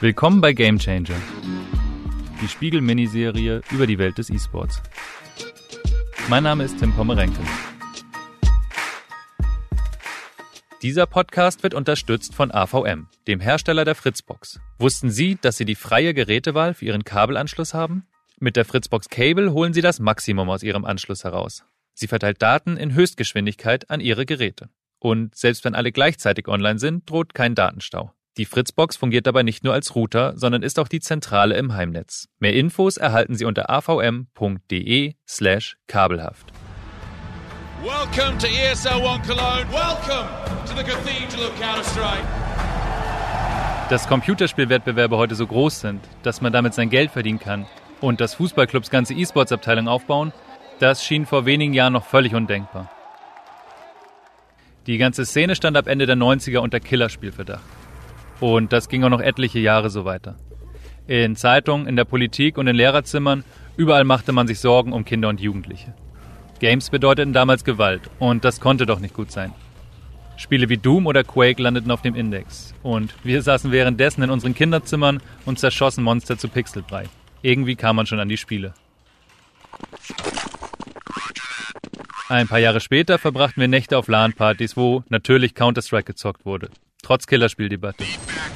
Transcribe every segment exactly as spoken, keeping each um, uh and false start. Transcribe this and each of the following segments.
Willkommen bei Game Changer, die Spiegel-Miniserie über die Welt des E-Sports. Mein Name ist Tim Pommerenke. Dieser Podcast wird unterstützt von A V M, dem Hersteller der Fritzbox. Wussten Sie, dass Sie die freie Gerätewahl für Ihren Kabelanschluss haben? Mit der Fritzbox Cable holen Sie das Maximum aus Ihrem Anschluss heraus. Sie verteilt Daten in Höchstgeschwindigkeit an Ihre Geräte. Und selbst wenn alle gleichzeitig online sind, droht kein Datenstau. Die Fritzbox fungiert dabei nicht nur als Router, sondern ist auch die Zentrale im Heimnetz. Mehr Infos erhalten Sie unter avm.de slash kabelhaft. Welcome to E S L One Cologne. Welcome to the Cathedral of Counter-Strike. Dass Computerspielwettbewerbe heute so groß sind, dass man damit sein Geld verdienen kann und dass Fußballclubs ganze E-Sports-Abteilungen aufbauen, das schien vor wenigen Jahren noch völlig undenkbar. Die ganze Szene stand ab Ende der neunziger unter Killerspielverdacht. Und das ging auch noch etliche Jahre so weiter. In Zeitungen, in der Politik und in Lehrerzimmern, überall machte man sich Sorgen um Kinder und Jugendliche. Games bedeuteten damals Gewalt und das konnte doch nicht gut sein. Spiele wie Doom oder Quake landeten auf dem Index und wir saßen währenddessen in unseren Kinderzimmern und zerschossen Monster zu Pixelbrei. Irgendwie kam man schon an die Spiele. Ein paar Jahre später verbrachten wir Nächte auf LAN-Partys, wo natürlich Counter-Strike gezockt wurde. Trotz Killerspieldebatte.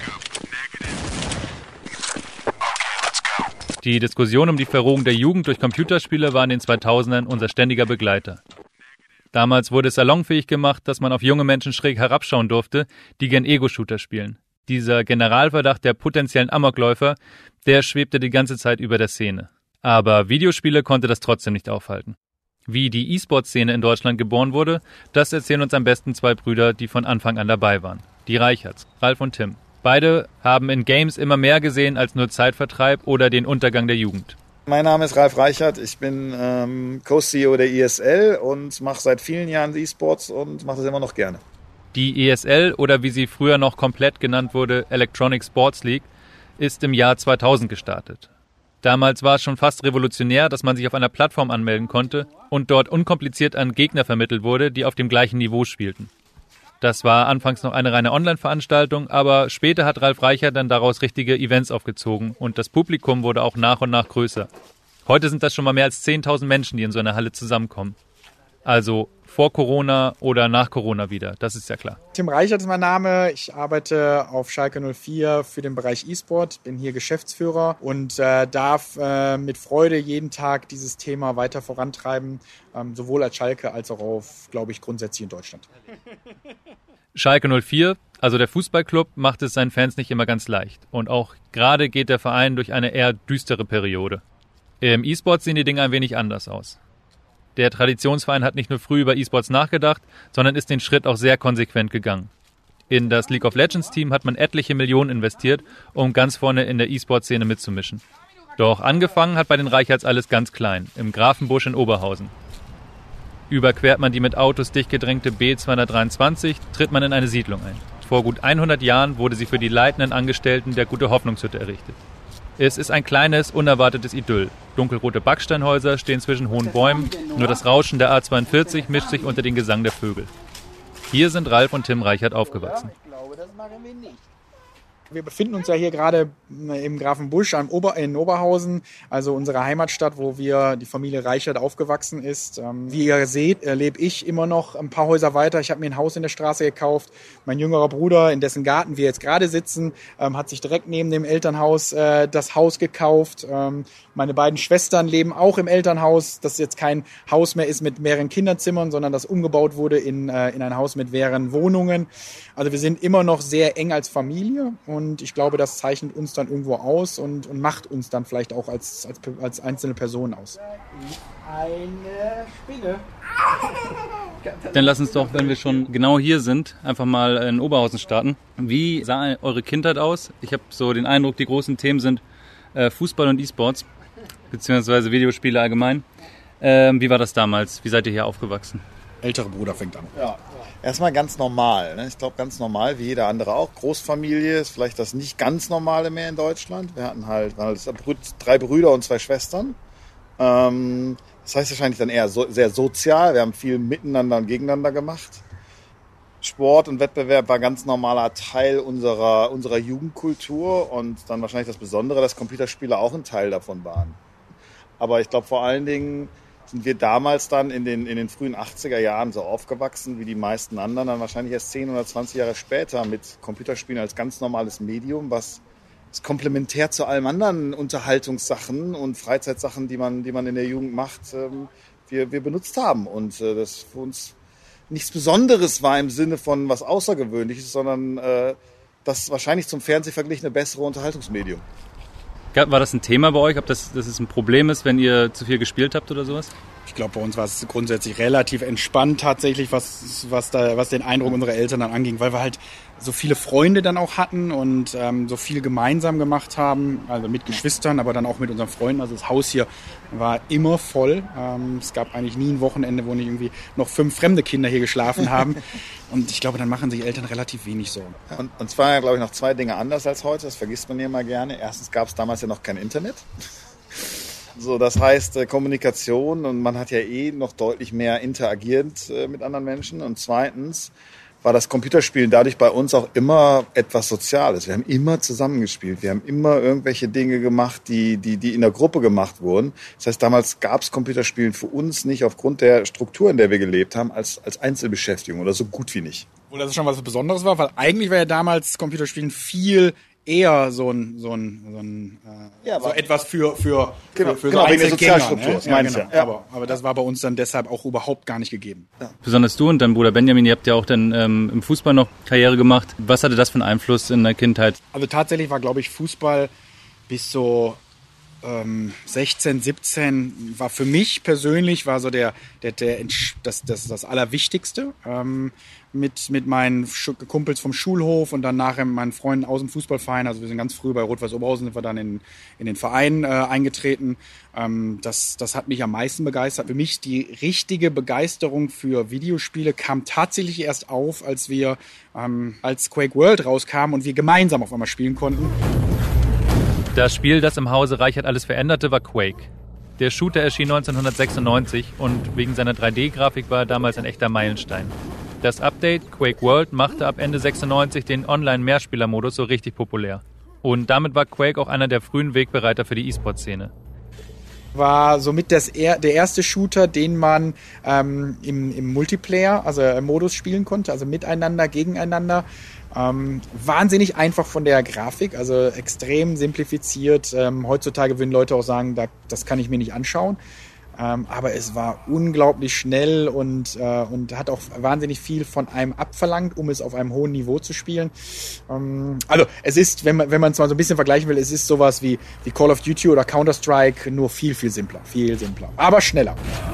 Die Diskussion um die Verrohung der Jugend durch Computerspiele war in den zweitausendern unser ständiger Begleiter. Damals wurde es salonfähig gemacht, dass man auf junge Menschen schräg herabschauen durfte, die gern Ego-Shooter spielen. Dieser Generalverdacht der potenziellen Amokläufer, der schwebte die ganze Zeit über der Szene. Aber Videospiele konnte das trotzdem nicht aufhalten. Wie die E-Sport-Szene in Deutschland geboren wurde, das erzählen uns am besten zwei Brüder, die von Anfang an dabei waren. Die Reicherts, Ralf und Tim. Beide haben in Games immer mehr gesehen als nur Zeitvertreib oder den Untergang der Jugend. Mein Name ist Ralf Reichert, ich bin ähm, Co-C E O der E S L und mache seit vielen Jahren E-Sports und mache das immer noch gerne. Die E S L, oder wie sie früher noch komplett genannt wurde, Electronic Sports League, ist im Jahr zweitausend gestartet. Damals war es schon fast revolutionär, dass man sich auf einer Plattform anmelden konnte und dort unkompliziert an Gegner vermittelt wurde, die auf dem gleichen Niveau spielten. Das war anfangs noch eine reine Online-Veranstaltung, aber später hat Ralf Reichert dann daraus richtige Events aufgezogen und das Publikum wurde auch nach und nach größer. Heute sind das schon mal mehr als zehntausend Menschen, die in so einer Halle zusammenkommen. Also vor Corona oder nach Corona wieder, das ist ja klar. Tim Reichert ist mein Name. Ich arbeite auf Schalke null vier für den Bereich E-Sport, bin hier Geschäftsführer und äh, darf äh, mit Freude jeden Tag dieses Thema weiter vorantreiben, ähm, sowohl als Schalke als auch auf, glaube ich, grundsätzlich in Deutschland. Schalke null vier, also der Fußballclub, macht es seinen Fans nicht immer ganz leicht. Und auch gerade geht der Verein durch eine eher düstere Periode. Im E-Sport sehen die Dinge ein wenig anders aus. Der Traditionsverein hat nicht nur früh über E-Sports nachgedacht, sondern ist den Schritt auch sehr konsequent gegangen. In das League of Legends Team hat man etliche Millionen investiert, um ganz vorne in der E-Sport-Szene mitzumischen. Doch angefangen hat bei den Reicherts alles ganz klein, im Grafenbusch in Oberhausen. Überquert man die mit Autos dicht gedrängte B zweihundertdreiundzwanzig, tritt man in eine Siedlung ein. Vor gut hundert Jahren wurde sie für die leitenden Angestellten der Gute-Hoffnungshütte errichtet. Es ist ein kleines, unerwartetes Idyll. Dunkelrote Backsteinhäuser stehen zwischen hohen Bäumen, nur das Rauschen der A zweiundvierzig mischt sich unter den Gesang der Vögel. Hier sind Ralf und Tim Reichert aufgewachsen. Ich glaube, das machen wir nicht. Wir befinden uns ja hier gerade im Grafenbusch am Ober- in Oberhausen, also unserer Heimatstadt, wo wir die Familie Reichert aufgewachsen ist. Wie ihr seht, lebe ich immer noch ein paar Häuser weiter. Ich habe mir ein Haus in der Straße gekauft. Mein jüngerer Bruder, in dessen Garten wir jetzt gerade sitzen, hat sich direkt neben dem Elternhaus das Haus gekauft. Meine beiden Schwestern leben auch im Elternhaus, das jetzt kein Haus mehr ist mit mehreren Kinderzimmern, sondern das umgebaut wurde in, in ein Haus mit mehreren Wohnungen. Also wir sind immer noch sehr eng als Familie. Und ich glaube, das zeichnet uns dann irgendwo aus und, und macht uns dann vielleicht auch als, als, als einzelne Person aus. Eine Spinne. Dann lass uns doch, wenn wir schon genau hier sind, einfach mal in Oberhausen starten. Wie sah eure Kindheit aus? Ich habe so den Eindruck, die großen Themen sind äh, Fußball und E-Sports, beziehungsweise Videospiele allgemein. Ähm, wie war das damals? Wie seid ihr hier aufgewachsen? Ältere Bruder fängt an. Ja, erstmal ganz normal. Ne? Ich glaube, ganz normal, wie jeder andere auch. Großfamilie ist vielleicht das nicht ganz Normale mehr in Deutschland. Wir hatten halt, waren halt drei Brüder und zwei Schwestern. Ähm, das heißt wahrscheinlich dann eher so, sehr sozial. Wir haben viel miteinander und gegeneinander gemacht. Sport und Wettbewerb war ganz normaler Teil unserer, unserer Jugendkultur und dann wahrscheinlich das Besondere, dass Computerspiele auch ein Teil davon waren. Aber ich glaube, vor allen Dingen sind wir damals dann in den, in den frühen achtziger Jahren so aufgewachsen, wie die meisten anderen, dann wahrscheinlich erst zehn oder zwanzig Jahre später mit Computerspielen als ganz normales Medium, was ist komplementär zu allen anderen Unterhaltungssachen und Freizeitsachen, die man, die man in der Jugend macht, ähm, wir, wir benutzt haben. Und äh, das für uns nichts Besonderes war im Sinne von was Außergewöhnliches, sondern äh, das wahrscheinlich zum Fernsehen verglichene bessere Unterhaltungsmedium. War das ein Thema bei euch, ob das, dass es ein Problem ist, wenn ihr zu viel gespielt habt oder sowas? Ich glaube, bei uns war es grundsätzlich relativ entspannt tatsächlich, was, was, da, was den Eindruck unserer Eltern dann anging, weil wir halt so viele Freunde dann auch hatten und ähm, so viel gemeinsam gemacht haben, also mit Geschwistern, aber dann auch mit unseren Freunden. Also das Haus hier war immer voll. Ähm, es gab eigentlich nie ein Wochenende, wo nicht irgendwie noch fünf fremde Kinder hier geschlafen haben. Und ich glaube, dann machen sich Eltern relativ wenig Sorgen. Und, und zwar ja, glaube ich, noch zwei Dinge anders als heute. Das vergisst man ja mal gerne. Erstens gab es damals ja noch kein Internet. So, das heißt äh, Kommunikation und man hat ja eh noch deutlich mehr interagierend äh, mit anderen Menschen. Und zweitens war das Computerspielen dadurch bei uns auch immer etwas Soziales. Wir haben immer zusammengespielt. Wir haben immer irgendwelche Dinge gemacht, die, die, die in der Gruppe gemacht wurden. Das heißt, damals gab es Computerspielen für uns nicht aufgrund der Struktur, in der wir gelebt haben, als, als Einzelbeschäftigung oder so gut wie nicht. Obwohl das schon was Besonderes war, weil eigentlich war ja damals Computerspielen viel eher so ein so ein so, ein, äh, ja, so etwas für für genau, für, für genau, so wegen der Einzelgänger, Sozialstruktur, ne? das Ja, meine ich genau. ja. Ja. Aber aber das war bei uns dann deshalb auch überhaupt gar nicht gegeben. Ja. Besonders du und dein Bruder Benjamin, ihr habt ja auch dann ähm, im Fußball noch Karriere gemacht. Was hatte das für einen Einfluss in der Kindheit? Also tatsächlich war, glaube ich, Fußball bis so ähm, sechzehn, siebzehn war für mich persönlich war so der der der das das das Allerwichtigste. Ähm, mit mit meinen Kumpels vom Schulhof und dann nachher mit meinen Freunden aus dem Fußballverein. Also wir sind ganz früh bei Rot-Weiß Oberhausen, sind wir dann in in den Verein äh, eingetreten. Ähm, das das hat mich am meisten begeistert. Für mich die richtige Begeisterung für Videospiele kam tatsächlich erst auf, als wir ähm, als Quake World rauskam und wir gemeinsam auf einmal spielen konnten. Das Spiel, das im Hause Reichert alles veränderte, war Quake. Der Shooter erschien neunzehnhundertsechsundneunzig und wegen seiner drei D-Grafik war er damals ein echter Meilenstein. Das Update Quake World machte ab Ende sechsundneunzig den Online-Mehrspieler-Modus so richtig populär. Und damit war Quake auch einer der frühen Wegbereiter für die E-Sport-Szene. War somit das er, der erste Shooter, den man ähm, im, im Multiplayer, also im Modus spielen konnte, also miteinander, gegeneinander. Ähm, wahnsinnig einfach von der Grafik, also extrem simplifiziert. Ähm, heutzutage würden Leute auch sagen, da, das kann ich mir nicht anschauen. Ähm, aber es war unglaublich schnell und, äh, und hat auch wahnsinnig viel von einem abverlangt, um es auf einem hohen Niveau zu spielen. Ähm, also es ist, wenn man wenn man es mal so ein bisschen vergleichen will, es ist sowas wie, wie Call of Duty oder Counter-Strike, nur viel, viel simpler, viel simpler, aber schneller.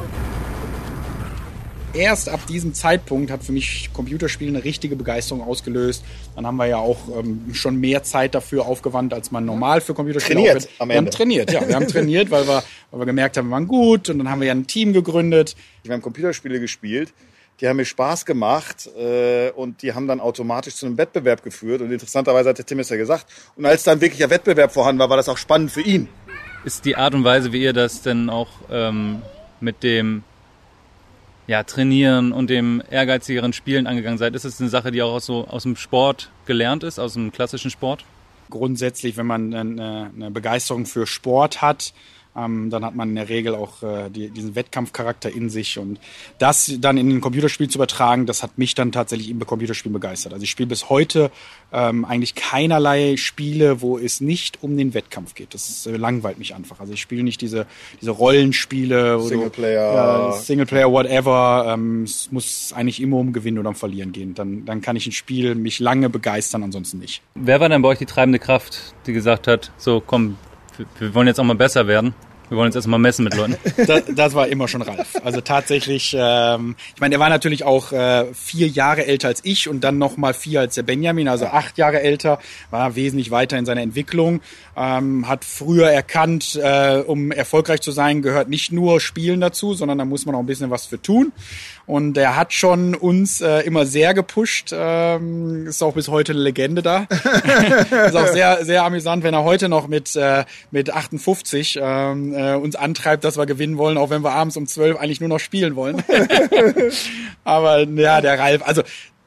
Erst ab diesem Zeitpunkt hat für mich Computerspielen eine richtige Begeisterung ausgelöst. Dann haben wir ja auch ähm, schon mehr Zeit dafür aufgewandt, als man normal für Computerspiele trainiert aufwendet. am Wir Ende. haben trainiert, ja. Wir haben trainiert, weil wir, weil wir gemerkt haben, wir waren gut. Und dann haben wir ja ein Team gegründet. Wir haben Computerspiele gespielt, die haben mir Spaß gemacht äh, und die haben dann automatisch zu einem Wettbewerb geführt. Und interessanterweise hat der Tim es ja gesagt. Und als dann wirklich ein Wettbewerb vorhanden war, war das auch spannend für ihn. Ist die Art und Weise, wie ihr das denn auch ähm, mit dem ja, Trainieren und dem ehrgeizigeren Spielen angegangen seid, ist es eine Sache, die auch aus, so, aus dem Sport gelernt ist, aus dem klassischen Sport? Grundsätzlich, wenn man eine, eine Begeisterung für Sport hat, ähm, dann hat man in der Regel auch äh, die, diesen Wettkampfcharakter in sich. Und das dann in ein Computerspiel zu übertragen, das hat mich dann tatsächlich im Computerspiel begeistert. Also ich spiele bis heute ähm, eigentlich keinerlei Spiele, wo es nicht um den Wettkampf geht. Das äh, langweilt mich einfach. Also ich spiele nicht diese, diese Rollenspiele, wo Singleplayer. du, äh, Singleplayer, whatever. Ähm, es muss eigentlich immer um Gewinnen oder um Verlieren gehen. Dann, dann kann ich ein Spiel mich lange begeistern, ansonsten nicht. Wer war denn bei euch die treibende Kraft, die gesagt hat, so komm, wir wollen jetzt auch mal besser werden? Wir wollen uns erst mal messen mit Leuten. Das, das war immer schon Ralf. Also tatsächlich, ähm, ich meine, er war natürlich auch äh, vier Jahre älter als ich und dann noch mal vier als der Benjamin, also acht Jahre älter, war wesentlich weiter in seiner Entwicklung, ähm, hat früher erkannt, äh, um erfolgreich zu sein, gehört nicht nur Spielen dazu, sondern da muss man auch ein bisschen was für tun. Und er hat schon uns äh, immer sehr gepusht, ähm, ist auch bis heute eine Legende da. Ist auch sehr, sehr amüsant, wenn er heute noch mit äh, mit achtundfünfzig ähm, äh, uns antreibt, dass wir gewinnen wollen, auch wenn wir abends um zwölf eigentlich nur noch spielen wollen. Aber ja, der Ralf, also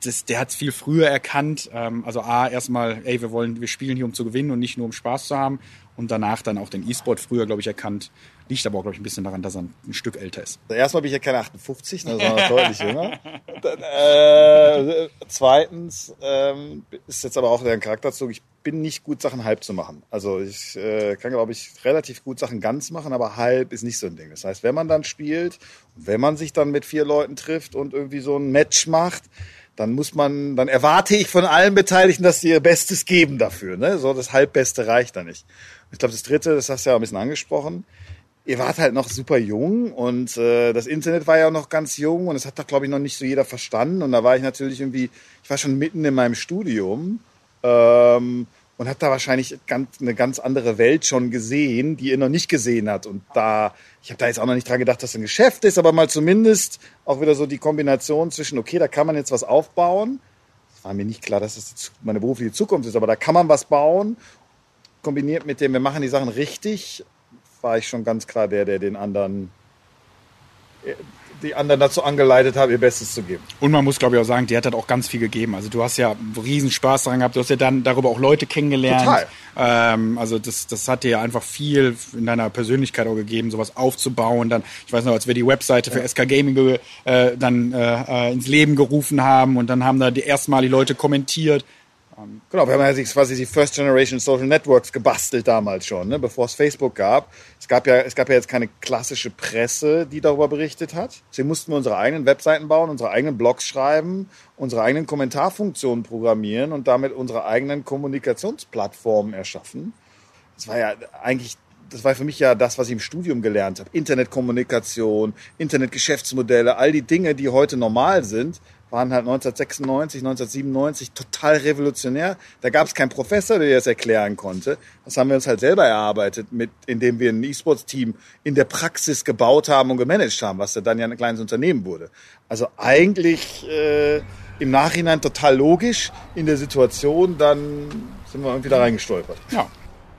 das, der hat es viel früher erkannt. Ähm, also A, erstmal, ey, wir wollen, wir spielen hier, um zu gewinnen und nicht nur um Spaß zu haben. Und danach dann auch den E-Sport früher, glaube ich, erkannt. Liegt aber auch, glaube ich, ein bisschen daran, dass er ein Stück älter ist. Also erstmal bin ich ja keine achtundfünfzig, ne, sondern deutlich jünger. Dann, äh, zweitens ähm, ist jetzt aber auch der Charakterzug, ich bin nicht gut, Sachen halb zu machen. Also ich äh, kann, glaube ich, relativ gut Sachen ganz machen, aber halb ist nicht so ein Ding. Das heißt, wenn man dann spielt, wenn man sich dann mit vier Leuten trifft und irgendwie so ein Match macht, dann muss man, dann erwarte ich von allen Beteiligten, dass sie ihr Bestes geben dafür. Ne? So das Halbbeste reicht da nicht. Ich glaube, das Dritte, das hast du ja ein bisschen angesprochen, ihr wart halt noch super jung und äh, das Internet war ja auch noch ganz jung und das hat doch, glaube ich, noch nicht so jeder verstanden. Und da war ich natürlich irgendwie, ich war schon mitten in meinem Studium ähm, und habe da wahrscheinlich ganz, eine ganz andere Welt schon gesehen, die ihr noch nicht gesehen habt. Und da, ich habe da jetzt auch noch nicht dran gedacht, dass das ein Geschäft ist, aber mal zumindest auch wieder so die Kombination zwischen, okay, da kann man jetzt was aufbauen. Es war mir nicht klar, dass das meine berufliche Zukunft ist, aber da kann man was bauen. Kombiniert mit dem, wir machen die Sachen richtig, war ich schon ganz klar der, der den anderen, die anderen dazu angeleitet hat, ihr Bestes zu geben. Und man muss, glaube ich, auch sagen, die hat halt auch ganz viel gegeben. Also du hast ja riesen Spaß daran gehabt, du hast ja dann darüber auch Leute kennengelernt. Total. Ähm, also das, das hat dir ja einfach viel in deiner Persönlichkeit auch gegeben, sowas aufzubauen. Dann, ich weiß noch, als wir die Webseite für ja. S K Gaming äh, dann äh, ins Leben gerufen haben und dann haben da die ersten Mal die Leute kommentiert. Genau, wir haben ja quasi die First Generation Social Networks gebastelt damals schon, ne, bevor es Facebook gab. Es gab ja, es gab ja jetzt keine klassische Presse, die darüber berichtet hat. Deswegen mussten wir unsere eigenen Webseiten bauen, unsere eigenen Blogs schreiben, unsere eigenen Kommentarfunktionen programmieren und damit unsere eigenen Kommunikationsplattformen erschaffen. Das war ja eigentlich, das war für mich ja das, was ich im Studium gelernt habe. Internetkommunikation, Internetgeschäftsmodelle, all die Dinge, die heute normal sind, waren halt neunzehnhundertsechsundneunzig, neunzehnhundertsiebenundneunzig total revolutionär. Da gab es keinen Professor, der das erklären konnte. Das haben wir uns halt selber erarbeitet, mit, indem wir ein E-Sports-Team in der Praxis gebaut haben und gemanagt haben, was ja dann ja ein kleines Unternehmen wurde. Also eigentlich äh, im Nachhinein total logisch. In der Situation, dann sind wir irgendwie da reingestolpert. Ja.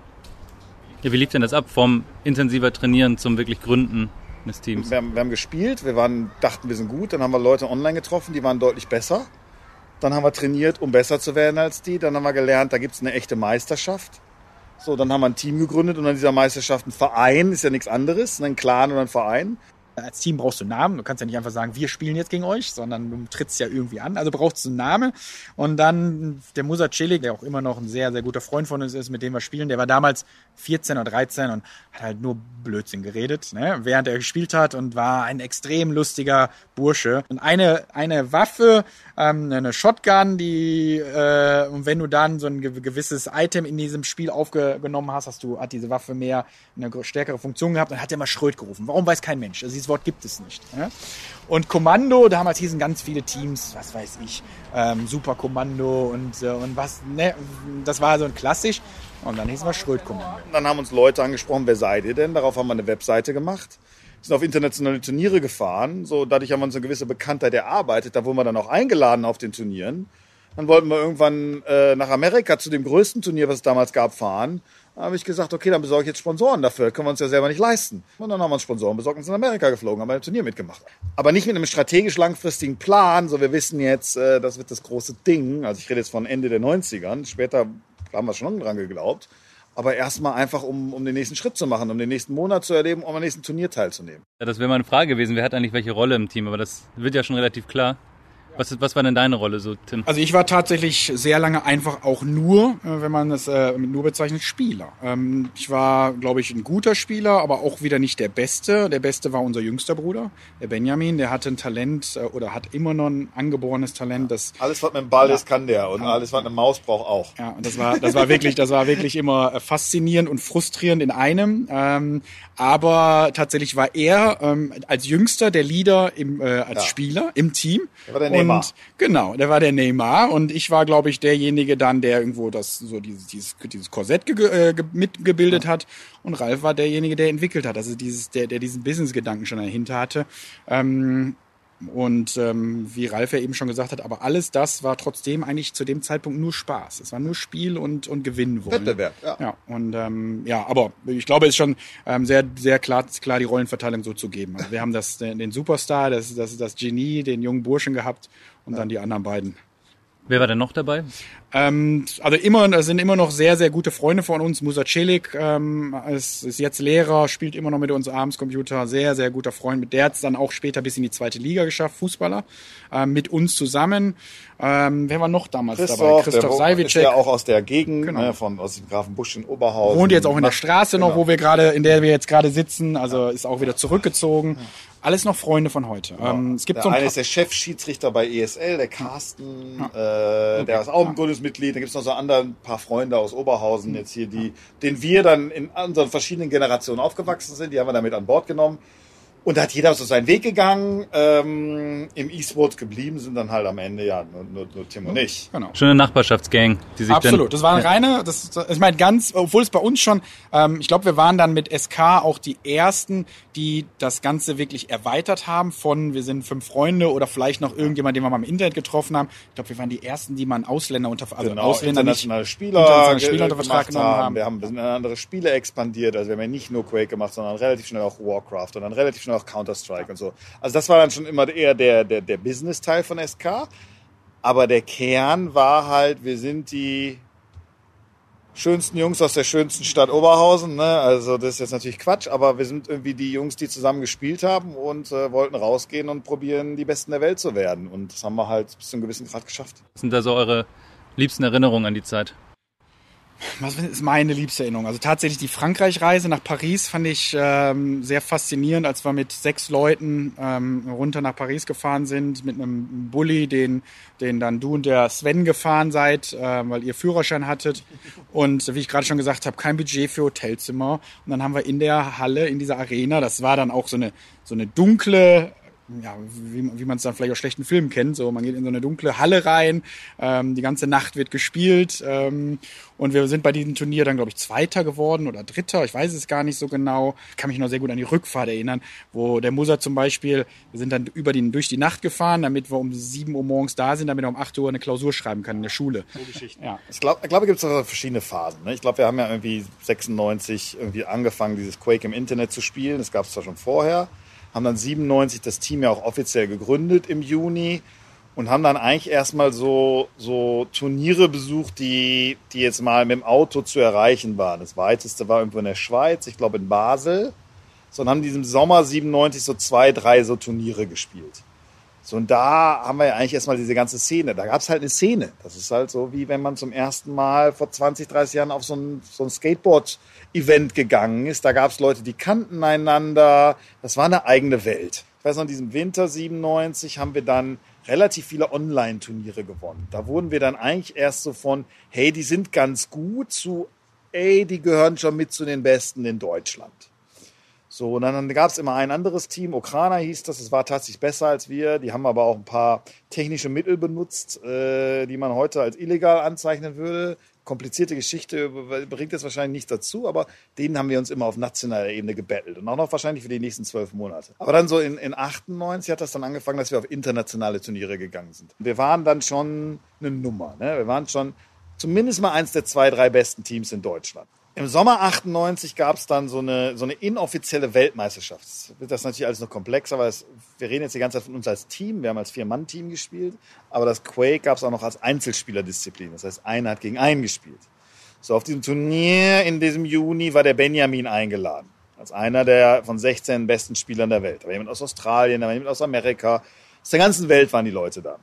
Ja, wie lief denn das ab, vom intensiver Trainieren zum wirklich Gründen des Teams? Wir haben, wir haben gespielt, wir waren, dachten, wir sind gut, dann haben wir Leute online getroffen, die waren deutlich besser. Dann haben wir trainiert, um besser zu werden als die. Dann haben wir gelernt, da gibt es eine echte Meisterschaft. So, dann haben wir ein Team gegründet und an dieser Meisterschaft ein Verein, ist ja nichts anderes, ein Clan oder ein Verein. Als Team brauchst du einen Namen. Du kannst ja nicht einfach sagen, wir spielen jetzt gegen euch, sondern du trittst ja irgendwie an. Also brauchst du einen Namen. Und dann der Musa Celic, der auch immer noch ein sehr, sehr guter Freund von uns ist, mit dem wir spielen, der war damals vierzehn oder dreizehn und hat halt nur Blödsinn geredet, ne, während er gespielt hat und war ein extrem lustiger Bursche. Und eine, eine Waffe, ähm, eine Shotgun, die, äh, und wenn du dann so ein gewisses Item in diesem Spiel aufgenommen hast, hast du, hat diese Waffe mehr eine stärkere Funktion gehabt und hat immer Schröd gerufen. Warum weiß kein Mensch? Also dieses Wort gibt es nicht. Ja? Und Kommando, damals hießen ganz viele Teams, was weiß ich, ähm, Super Kommando und, äh, und was, ne, das war so ein klassisch. Und dann hießen wir Schröd-Kommando. Dann haben uns Leute angesprochen, wer seid ihr denn? Darauf haben wir eine Webseite gemacht. Sind auf internationale Turniere gefahren. So, dadurch haben wir uns eine gewisse Bekanntheit erarbeitet. Da wurden wir dann auch eingeladen auf den Turnieren. Dann wollten wir irgendwann äh, nach Amerika zu dem größten Turnier, was es damals gab, fahren. Da habe ich gesagt, okay, dann besorge ich jetzt Sponsoren dafür. Können wir uns ja selber nicht leisten. Und dann haben wir uns Sponsoren besorgt und sind in Amerika geflogen, haben ein Turnier mitgemacht. Aber nicht mit einem strategisch langfristigen Plan. So, wir wissen jetzt, äh, das wird das große Ding. Also ich rede jetzt von Ende der neunzigern. Später haben wir schon dran geglaubt. Aber erstmal einfach, um, um den nächsten Schritt zu machen, um den nächsten Monat zu erleben, um am nächsten Turnier teilzunehmen. Ja, das wäre meine Frage gewesen. Wer hat eigentlich welche Rolle im Team? Aber das wird ja schon relativ klar. Was, was war denn deine Rolle so, Tim? Also ich war tatsächlich sehr lange einfach auch nur, wenn man das äh, nur bezeichnet, Spieler. Ähm, ich war, glaube ich, ein guter Spieler, aber auch wieder nicht der Beste. Der Beste war unser jüngster Bruder, der Benjamin. Der hatte ein Talent äh, oder hat immer noch ein angeborenes Talent. Das, alles, was mit dem Ball ja, ist, kann der. Und ja, alles, was eine Maus braucht, auch. Ja, und das war, das war wirklich, das war wirklich immer faszinierend und frustrierend in einem. Ähm, aber tatsächlich war er ähm, als Jüngster der Leader im, äh, als ja. Spieler im Team. Der war der Neymar. Und, genau, der war der Neymar und ich war, glaube ich, derjenige dann, der irgendwo das so dieses dieses, dieses Korsett ge, äh, mitgebildet ja. hat und Ralf war derjenige, der entwickelt hat, also dieses der der diesen Business-Gedanken schon dahinter hatte. Ähm, Und ähm, wie Ralf ja eben schon gesagt hat, aber alles das war trotzdem eigentlich zu dem Zeitpunkt nur Spaß. Es war nur Spiel und und Gewinnen wollen. Wettbewerb, ja. Ja, und ähm, ja, aber ich glaube, es ist schon ähm, sehr sehr klar klar die Rollenverteilung so zu geben. Also wir haben das den, den Superstar, das das das Genie, den jungen Burschen gehabt und ja. dann die anderen beiden. Wer war denn noch dabei? Ähm, also immer, das sind immer noch sehr, sehr gute Freunde von uns. Musa Celik ähm, ist, ist jetzt Lehrer, spielt immer noch mit uns abends Computer. Sehr, sehr guter Freund. Mit der hat es dann auch später bis in die zweite Liga geschafft, Fußballer. Ähm, mit uns zusammen. Ähm, wer war noch damals Christoph, dabei? Christoph Sajwicek. Ist ja auch aus der Gegend, genau. ne, von, aus dem Grafenbusch in Oberhausen. Wohnt jetzt auch in der Straße noch, genau. wo wir gerade, in der wir jetzt gerade sitzen. Also ist auch wieder zurückgezogen. Alles noch Freunde von heute. Ja. Ähm, es gibt der so ein eine paar- ist der Chefschiedsrichter bei E S L, der Carsten, ja. äh, der ist auch ein Bundesmitglied. Da gibt es noch so andere ein paar Freunde aus Oberhausen jetzt hier, die, denen wir dann in unseren verschiedenen Generationen aufgewachsen sind. Die haben wir damit an Bord genommen. Und da hat jeder so seinen Weg gegangen. Ähm, Im E-Sports geblieben sind dann halt am Ende ja nur, nur, nur Tim und ich. Genau. Schon eine Nachbarschaftsgang, die sich Absolut, dann... das war eine reine, das, ich meine ganz, obwohl es bei uns schon, ähm, ich glaube, wir waren dann mit S K auch die Ersten, die das Ganze wirklich erweitert haben von, wir sind fünf Freunde oder vielleicht noch irgendjemand, den wir mal im Internet getroffen haben. Ich glaube, wir waren die Ersten, die mal einen Ausländer unter, also Genau, Ausländer internationale nicht, Spieler, internationale ge- Spieler unter Vertrag gemacht genommen haben. haben. Wir haben wir sind in andere Spiele expandiert. Also wir haben ja nicht nur Quake gemacht, sondern relativ schnell auch Warcraft und dann relativ schnell auch Counter-Strike und so. Also das war dann schon immer eher der, der, der Business-Teil von S K. Aber der Kern war halt, wir sind die schönsten Jungs aus der schönsten Stadt Oberhausen. Ne? Also das ist jetzt natürlich Quatsch, aber wir sind irgendwie die Jungs, die zusammen gespielt haben und äh, wollten rausgehen und probieren, die Besten der Welt zu werden. Und das haben wir halt bis zu einem gewissen Grad geschafft. Was sind da so eure liebsten Erinnerungen an die Zeit? Was ist meine liebste Erinnerung? Also tatsächlich die Frankreich-Reise nach Paris fand ich ähm, sehr faszinierend, als wir mit sechs Leuten ähm, runter nach Paris gefahren sind, mit einem Bulli, den, den dann du und der Sven gefahren seid, äh, weil ihr Führerschein hattet. Und wie ich gerade schon gesagt habe, kein Budget für Hotelzimmer. Und dann haben wir in der Halle, in dieser Arena, das war dann auch so eine, so eine dunkle, ja, wie, wie man es dann vielleicht aus schlechten Filmen kennt. So, man geht in so eine dunkle Halle rein, ähm, die ganze Nacht wird gespielt ähm, und wir sind bei diesem Turnier dann, glaube ich, Zweiter geworden oder Dritter, ich weiß es gar nicht so genau. Ich kann mich noch sehr gut an die Rückfahrt erinnern, wo der Musa zum Beispiel, wir sind dann über die, durch die Nacht gefahren, damit wir um sieben Uhr morgens da sind, damit er um acht Uhr eine Klausur schreiben kann in der Schule. So Geschichten. Ja. Ich glaube, ich glaube, gibt es auch verschiedene Phasen. Ne? Ich glaube, wir haben ja irgendwie sechsundneunzig irgendwie angefangen, dieses Quake im Internet zu spielen. Das gab es zwar schon vorher. Haben dann siebenundneunzig das Team ja auch offiziell gegründet im Juni und haben dann eigentlich erstmal so, so Turniere besucht, die, die jetzt mal mit dem Auto zu erreichen waren. Das weiteste war irgendwo in der Schweiz, ich glaube in Basel. So, und haben in diesem Sommer siebenundneunzig so zwei, drei so Turniere gespielt. So, und da haben wir ja eigentlich erstmal diese ganze Szene. Da gab es halt eine Szene. Das ist halt so, wie wenn man zum ersten Mal vor zwanzig, dreißig Jahren auf so ein, so ein Skateboard-Event gegangen ist. Da gab es Leute, die kannten einander. Das war eine eigene Welt. Ich weiß noch, in diesem Winter siebenundneunzig haben wir dann relativ viele Online-Turniere gewonnen. Da wurden wir dann eigentlich erst so von, hey, die sind ganz gut, zu, ey, die gehören schon mit zu den Besten in Deutschland. So, und dann gab es immer ein anderes Team, Okrana hieß das, das war tatsächlich besser als wir. Die haben aber auch ein paar technische Mittel benutzt, äh, die man heute als illegal anzeichnen würde. Komplizierte Geschichte, bringt jetzt wahrscheinlich nichts dazu, aber denen haben wir uns immer auf nationaler Ebene gebettelt und auch noch wahrscheinlich für die nächsten zwölf Monate. Aber dann so in, in achtundneunzig hat das dann angefangen, dass wir auf internationale Turniere gegangen sind. Wir waren dann schon eine Nummer, ne? Wir waren schon zumindest mal eins der zwei, drei besten Teams in Deutschland. Im Sommer achtundneunzig gab es dann so eine, so eine inoffizielle Weltmeisterschaft. Das wird das natürlich alles noch komplexer, weil es, wir reden jetzt die ganze Zeit von uns als Team. Wir haben als Vier-Mann-Team gespielt. Aber das Quake gab es auch noch als Einzelspielerdisziplin. Das heißt, einer hat gegen einen gespielt. So, auf diesem Turnier in diesem Juni war der Benjamin eingeladen. Als einer der von sechzehn besten Spielern der Welt. Da war jemand aus Australien, da war jemand aus Amerika. Aus der ganzen Welt waren die Leute da.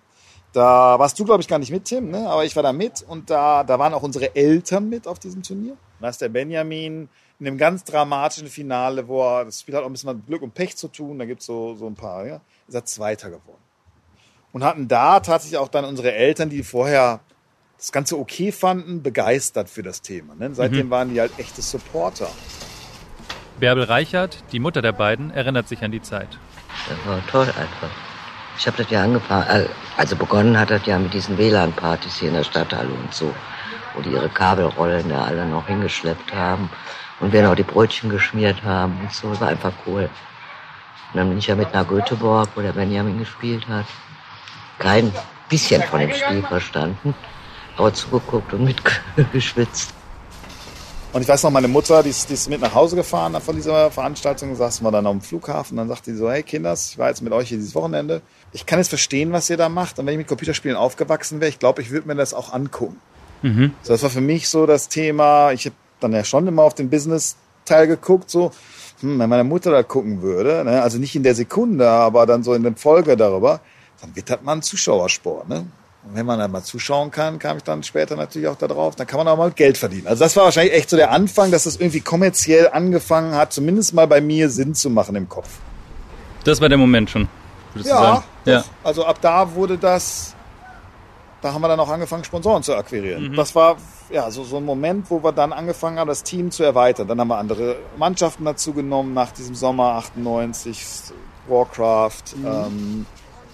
Da warst du, glaube ich, gar nicht mit, Tim, ne? Aber ich war da mit und da, da waren auch unsere Eltern mit auf diesem Turnier. Da ist der Benjamin in einem ganz dramatischen Finale, wo er, das Spiel hat auch ein bisschen mit Glück und Pech zu tun, da gibt es so, so ein paar, ja, ist er Zweiter geworden. Und hatten da tatsächlich auch dann unsere Eltern, die vorher das Ganze okay fanden, begeistert für das Thema. Ne? Seitdem mhm. waren die halt echte Supporter. Bärbel Reichert, die Mutter der beiden, erinnert sich an die Zeit. Das war toll einfach. Ich habe das ja angefangen, also begonnen hat das ja mit diesen W L A N-Partys hier in der Stadthalle und so, wo die ihre Kabelrollen da alle noch hingeschleppt haben und wir noch die Brötchen geschmiert haben und so, das war einfach cool. Und dann bin ich ja mit nach Göteborg, wo der Benjamin gespielt hat, kein bisschen von dem Spiel verstanden, aber zugeguckt und mitgeschwitzt. Und ich weiß noch, meine Mutter, die ist, die ist mit nach Hause gefahren von dieser Veranstaltung, saßen wir dann am Flughafen, dann sagte die so, hey Kinders, ich war jetzt mit euch hier dieses Wochenende. Ich kann jetzt verstehen, was ihr da macht. Und wenn ich mit Computerspielen aufgewachsen wäre, ich glaube, ich würde mir das auch angucken. Mhm. So, das war für mich so das Thema, ich habe dann ja schon immer auf den Business-Teil geguckt, so, hm, wenn meine Mutter da gucken würde, ne, also nicht in der Sekunde, aber dann so in der Folge darüber, dann wird das mal ein Zuschauersport, ne? Und wenn man dann mal zuschauen kann, kam ich dann später natürlich auch da drauf, dann kann man auch mal Geld verdienen. Also das war wahrscheinlich echt so der Anfang, dass das irgendwie kommerziell angefangen hat, zumindest mal bei mir Sinn zu machen im Kopf. Das war der Moment schon, würdest ja, du sagen? Ja, also ab da wurde das, da haben wir dann auch angefangen, Sponsoren zu akquirieren. Mhm. Das war ja so, so ein Moment, wo wir dann angefangen haben, das Team zu erweitern. Dann haben wir andere Mannschaften dazu genommen, nach diesem Sommer achtundneunzig, Warcraft, mhm. ähm,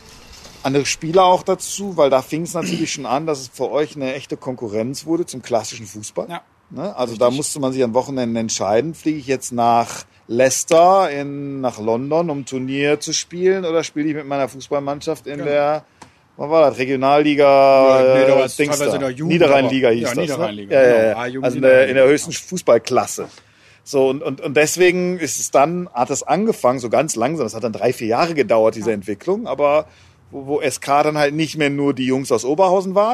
andere Spieler auch dazu, weil da fing es natürlich schon an, dass es für euch eine echte Konkurrenz wurde zum klassischen Fußball. Ja. Ne? Also Richtig. Da musste man sich an Wochenenden entscheiden, fliege ich jetzt nach Leicester, in, nach London, um Turnier zu spielen, oder spiele ich mit meiner Fußballmannschaft in genau. der, was war das, Regionalliga, ja, nee, da äh, Dings da, Niederrheinliga hieß ja, das. Niederrheinliga, ne? ja, ja, genau. Also in der, in der höchsten Fußballklasse. So, und, und, und deswegen ist es dann, hat es angefangen, so ganz langsam, das hat dann drei, vier Jahre gedauert, diese ja. Entwicklung, aber wo, wo S K dann halt nicht mehr nur die Jungs aus Oberhausen waren,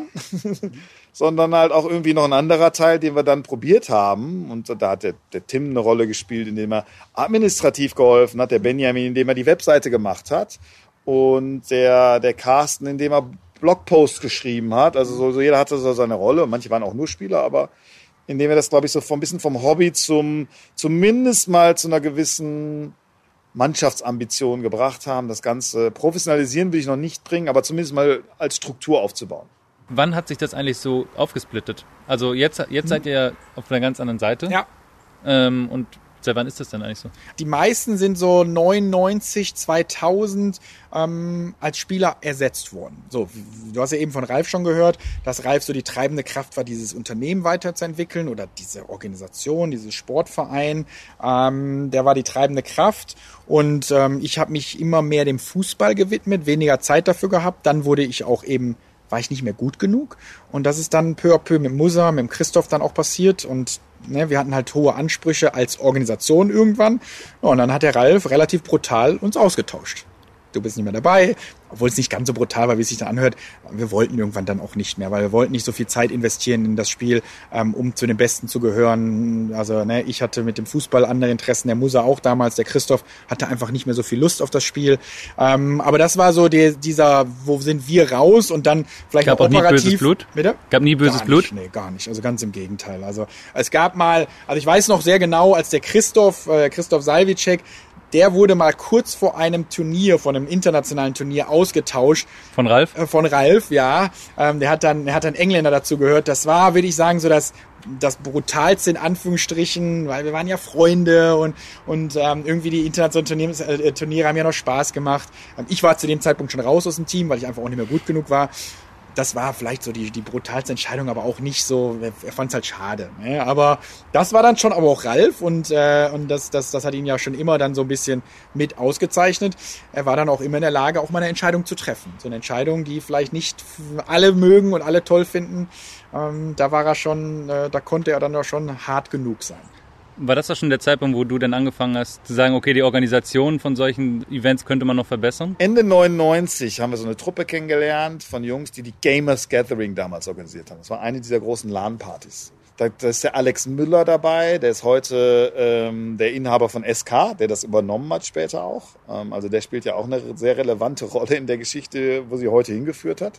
sondern halt auch irgendwie noch ein anderer Teil, den wir dann probiert haben. Und da hat der, der Tim eine Rolle gespielt, indem er administrativ geholfen hat, der Benjamin, indem er die Webseite gemacht hat, und der, der Carsten, indem er Blogposts geschrieben hat. Also so, so jeder hatte so seine Rolle, und manche waren auch nur Spieler, aber indem wir das, glaube ich, so ein bisschen vom Hobby zum zumindest mal zu einer gewissen Mannschaftsambitionen gebracht haben. Das Ganze professionalisieren will ich noch nicht bringen, aber zumindest mal als Struktur aufzubauen. Wann hat sich das eigentlich so aufgesplittet? Also jetzt, jetzt seid ihr auf einer ganz anderen Seite. Ja. Ähm, und seit wann ist das denn eigentlich so? Die meisten sind so neunundneunzig, zweitausend ähm, als Spieler ersetzt worden. So, du hast ja eben von Ralf schon gehört, dass Ralf so die treibende Kraft war, dieses Unternehmen weiterzuentwickeln oder diese Organisation, dieses Sportverein. Ähm, der war die treibende Kraft, und ähm, ich habe mich immer mehr dem Fußball gewidmet, weniger Zeit dafür gehabt. Dann wurde ich auch eben war ich nicht mehr gut genug, und das ist dann peu à peu mit Musa, mit dem Christoph dann auch passiert, und ne, wir hatten halt hohe Ansprüche als Organisation irgendwann, und dann hat der Ralf relativ brutal uns ausgetauscht. Du bist nicht mehr dabei, obwohl es nicht ganz so brutal war, wie es sich dann anhört. Wir wollten irgendwann dann auch nicht mehr, weil wir wollten nicht so viel Zeit investieren in das Spiel, ähm, um zu den Besten zu gehören. Also ne, ich hatte mit dem Fußball andere Interessen, der Musa auch damals, der Christoph hatte einfach nicht mehr so viel Lust auf das Spiel. Ähm, aber das war so der, dieser, wo sind wir raus, und dann vielleicht gab noch auch nie operativ. Böses Blut? Bitte? Gab nie böses gar Blut? Nicht, nee, gar nicht. Also ganz im Gegenteil. Also es gab mal, also ich weiß noch sehr genau, als der Christoph, äh, Christoph Salvicek, der wurde mal kurz vor einem Turnier, von einem internationalen Turnier ausgetauscht. Von Ralf? Äh, von Ralf, ja. Ähm, der hat dann, der hat dann Engländer dazu gehört. Das war, würde ich sagen, so das, das brutalste in Anführungsstrichen, weil wir waren ja Freunde, und, und ähm, irgendwie die internationalen Turniers, äh, Turniere haben ja noch Spaß gemacht. Ähm, ich war zu dem Zeitpunkt schon raus aus dem Team, weil ich einfach auch nicht mehr gut genug war. Das war vielleicht so die, die brutalste Entscheidung, aber auch nicht so, er, er fand es halt schade. Ne? Aber das war dann schon aber auch Ralf, und, äh, und das, das, das hat ihn ja schon immer dann so ein bisschen mit ausgezeichnet. Er war dann auch immer in der Lage, auch mal eine Entscheidung zu treffen. So eine Entscheidung, die vielleicht nicht alle mögen und alle toll finden. Ähm, da war er schon, äh, da konnte er dann doch schon hart genug sein. War das doch schon der Zeitpunkt, wo du dann angefangen hast zu sagen, okay, die Organisation von solchen Events könnte man noch verbessern? Ende neunundneunzig haben wir so eine Truppe kennengelernt von Jungs, die die Gamers Gathering damals organisiert haben. Das war eine dieser großen LAN-Partys. Da, da ist der Alex Müller dabei, der ist heute ähm, der Inhaber von S K, der das übernommen hat später auch. Ähm, also der spielt ja auch eine sehr relevante Rolle in der Geschichte, wo sie heute hingeführt hat.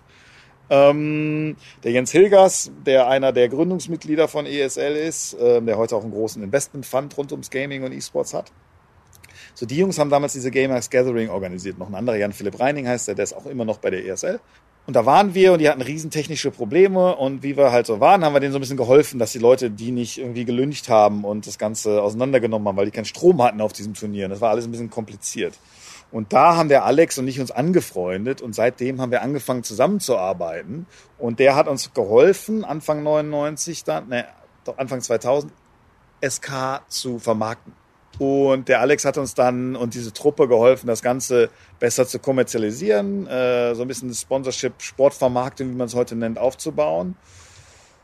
Ähm, der Jens Hilgers, der einer der Gründungsmitglieder von E S L ist, ähm, der heute auch einen großen Investment-Fund rund ums Gaming und E-Sports hat. So, die Jungs haben damals diese Gamers Gathering organisiert. Noch ein anderer, Jan-Philipp Reining heißt der, der ist auch immer noch bei der E S L. Und da waren wir, und die hatten riesen technische Probleme, und wie wir halt so waren, haben wir denen so ein bisschen geholfen, dass die Leute die nicht irgendwie gelyncht haben und das Ganze auseinandergenommen haben, weil die keinen Strom hatten auf diesem Turnier. Und das war alles ein bisschen kompliziert. Und da haben der Alex und ich uns angefreundet, und seitdem haben wir angefangen zusammenzuarbeiten, und der hat uns geholfen, Anfang neunundneunzig dann, ne, doch Anfang zweitausend, S K zu vermarkten. Und der Alex hat uns dann und diese Truppe geholfen, das Ganze besser zu kommerzialisieren, äh, so ein bisschen das Sponsorship, Sportvermarktung, wie man es heute nennt, aufzubauen.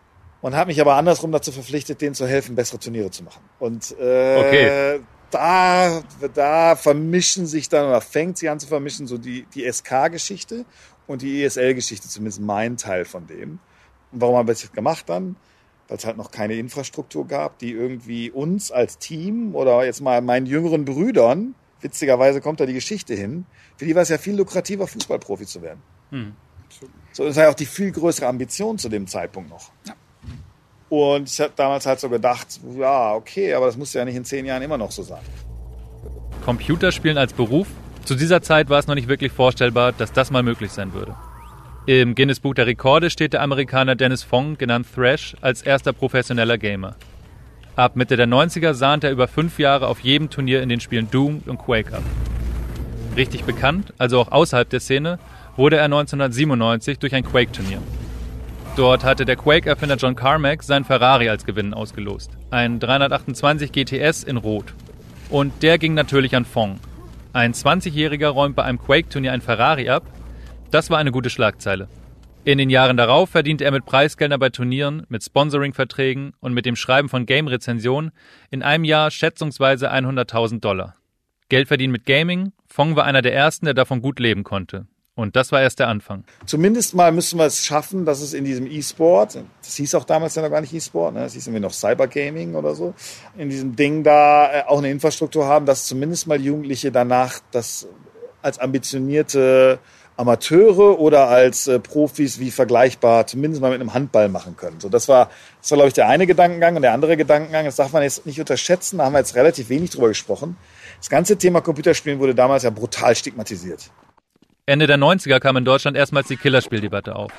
und habe mich aber andersrum dazu verpflichtet, denen zu helfen, bessere Turniere zu machen. Und äh, okay. da, da vermischen sich dann, oder fängt sich an zu vermischen, so die, die S K-Geschichte und die E S L-Geschichte, zumindest mein Teil von dem. Und warum haben wir das gemacht dann? Weil es halt noch keine Infrastruktur gab, die irgendwie uns als Team oder jetzt mal meinen jüngeren Brüdern, witzigerweise kommt da die Geschichte hin, für die war es ja viel lukrativer, Fußballprofi zu werden. Hm. So, das war ja auch die viel größere Ambition zu dem Zeitpunkt noch. Ja. Und ich habe damals halt so gedacht, ja, okay, aber das muss ja nicht in zehn Jahren immer noch so sein. Computerspielen als Beruf? Zu dieser Zeit war es noch nicht wirklich vorstellbar, dass das mal möglich sein würde. Im Guinness-Buch der Rekorde steht der Amerikaner Dennis Fong, genannt Thrash, als erster professioneller Gamer. Ab Mitte der neunziger sahnte er über fünf Jahre auf jedem Turnier in den Spielen Doom und Quake ab. Richtig bekannt, also auch außerhalb der Szene, wurde er neunzehnhundertsiebenundneunzig durch ein Quake-Turnier. Dort hatte der Quake-Erfinder John Carmack seinen Ferrari als Gewinn ausgelost. Ein dreihundertachtundzwanzig G T S in Rot. Und der ging natürlich an Fong. Ein zwanzigjähriger räumt bei einem Quake-Turnier ein Ferrari ab. Das war eine gute Schlagzeile. In den Jahren darauf verdiente er mit Preisgeldern bei Turnieren, mit Sponsoring-Verträgen und mit dem Schreiben von Game-Rezensionen in einem Jahr schätzungsweise hunderttausend Dollar. Geld verdienen mit Gaming? Fong war einer der ersten, der davon gut leben konnte. Und das war erst der Anfang. Zumindest mal müssen wir es schaffen, dass es in diesem E-Sport, das hieß auch damals ja noch gar nicht E-Sport, ne? Das hieß irgendwie noch Cybergaming oder so, in diesem Ding da auch eine Infrastruktur haben, dass zumindest mal Jugendliche danach das als ambitionierte Amateure oder als äh, Profis wie vergleichbar zumindest mal mit einem Handball machen können. So, das war, das war, glaube ich, der eine Gedankengang. Und der andere Gedankengang, das darf man jetzt nicht unterschätzen, da haben wir jetzt relativ wenig drüber gesprochen. Das ganze Thema Computerspielen wurde damals ja brutal stigmatisiert. Ende der neunziger kam in Deutschland erstmals die Killerspieldebatte auf.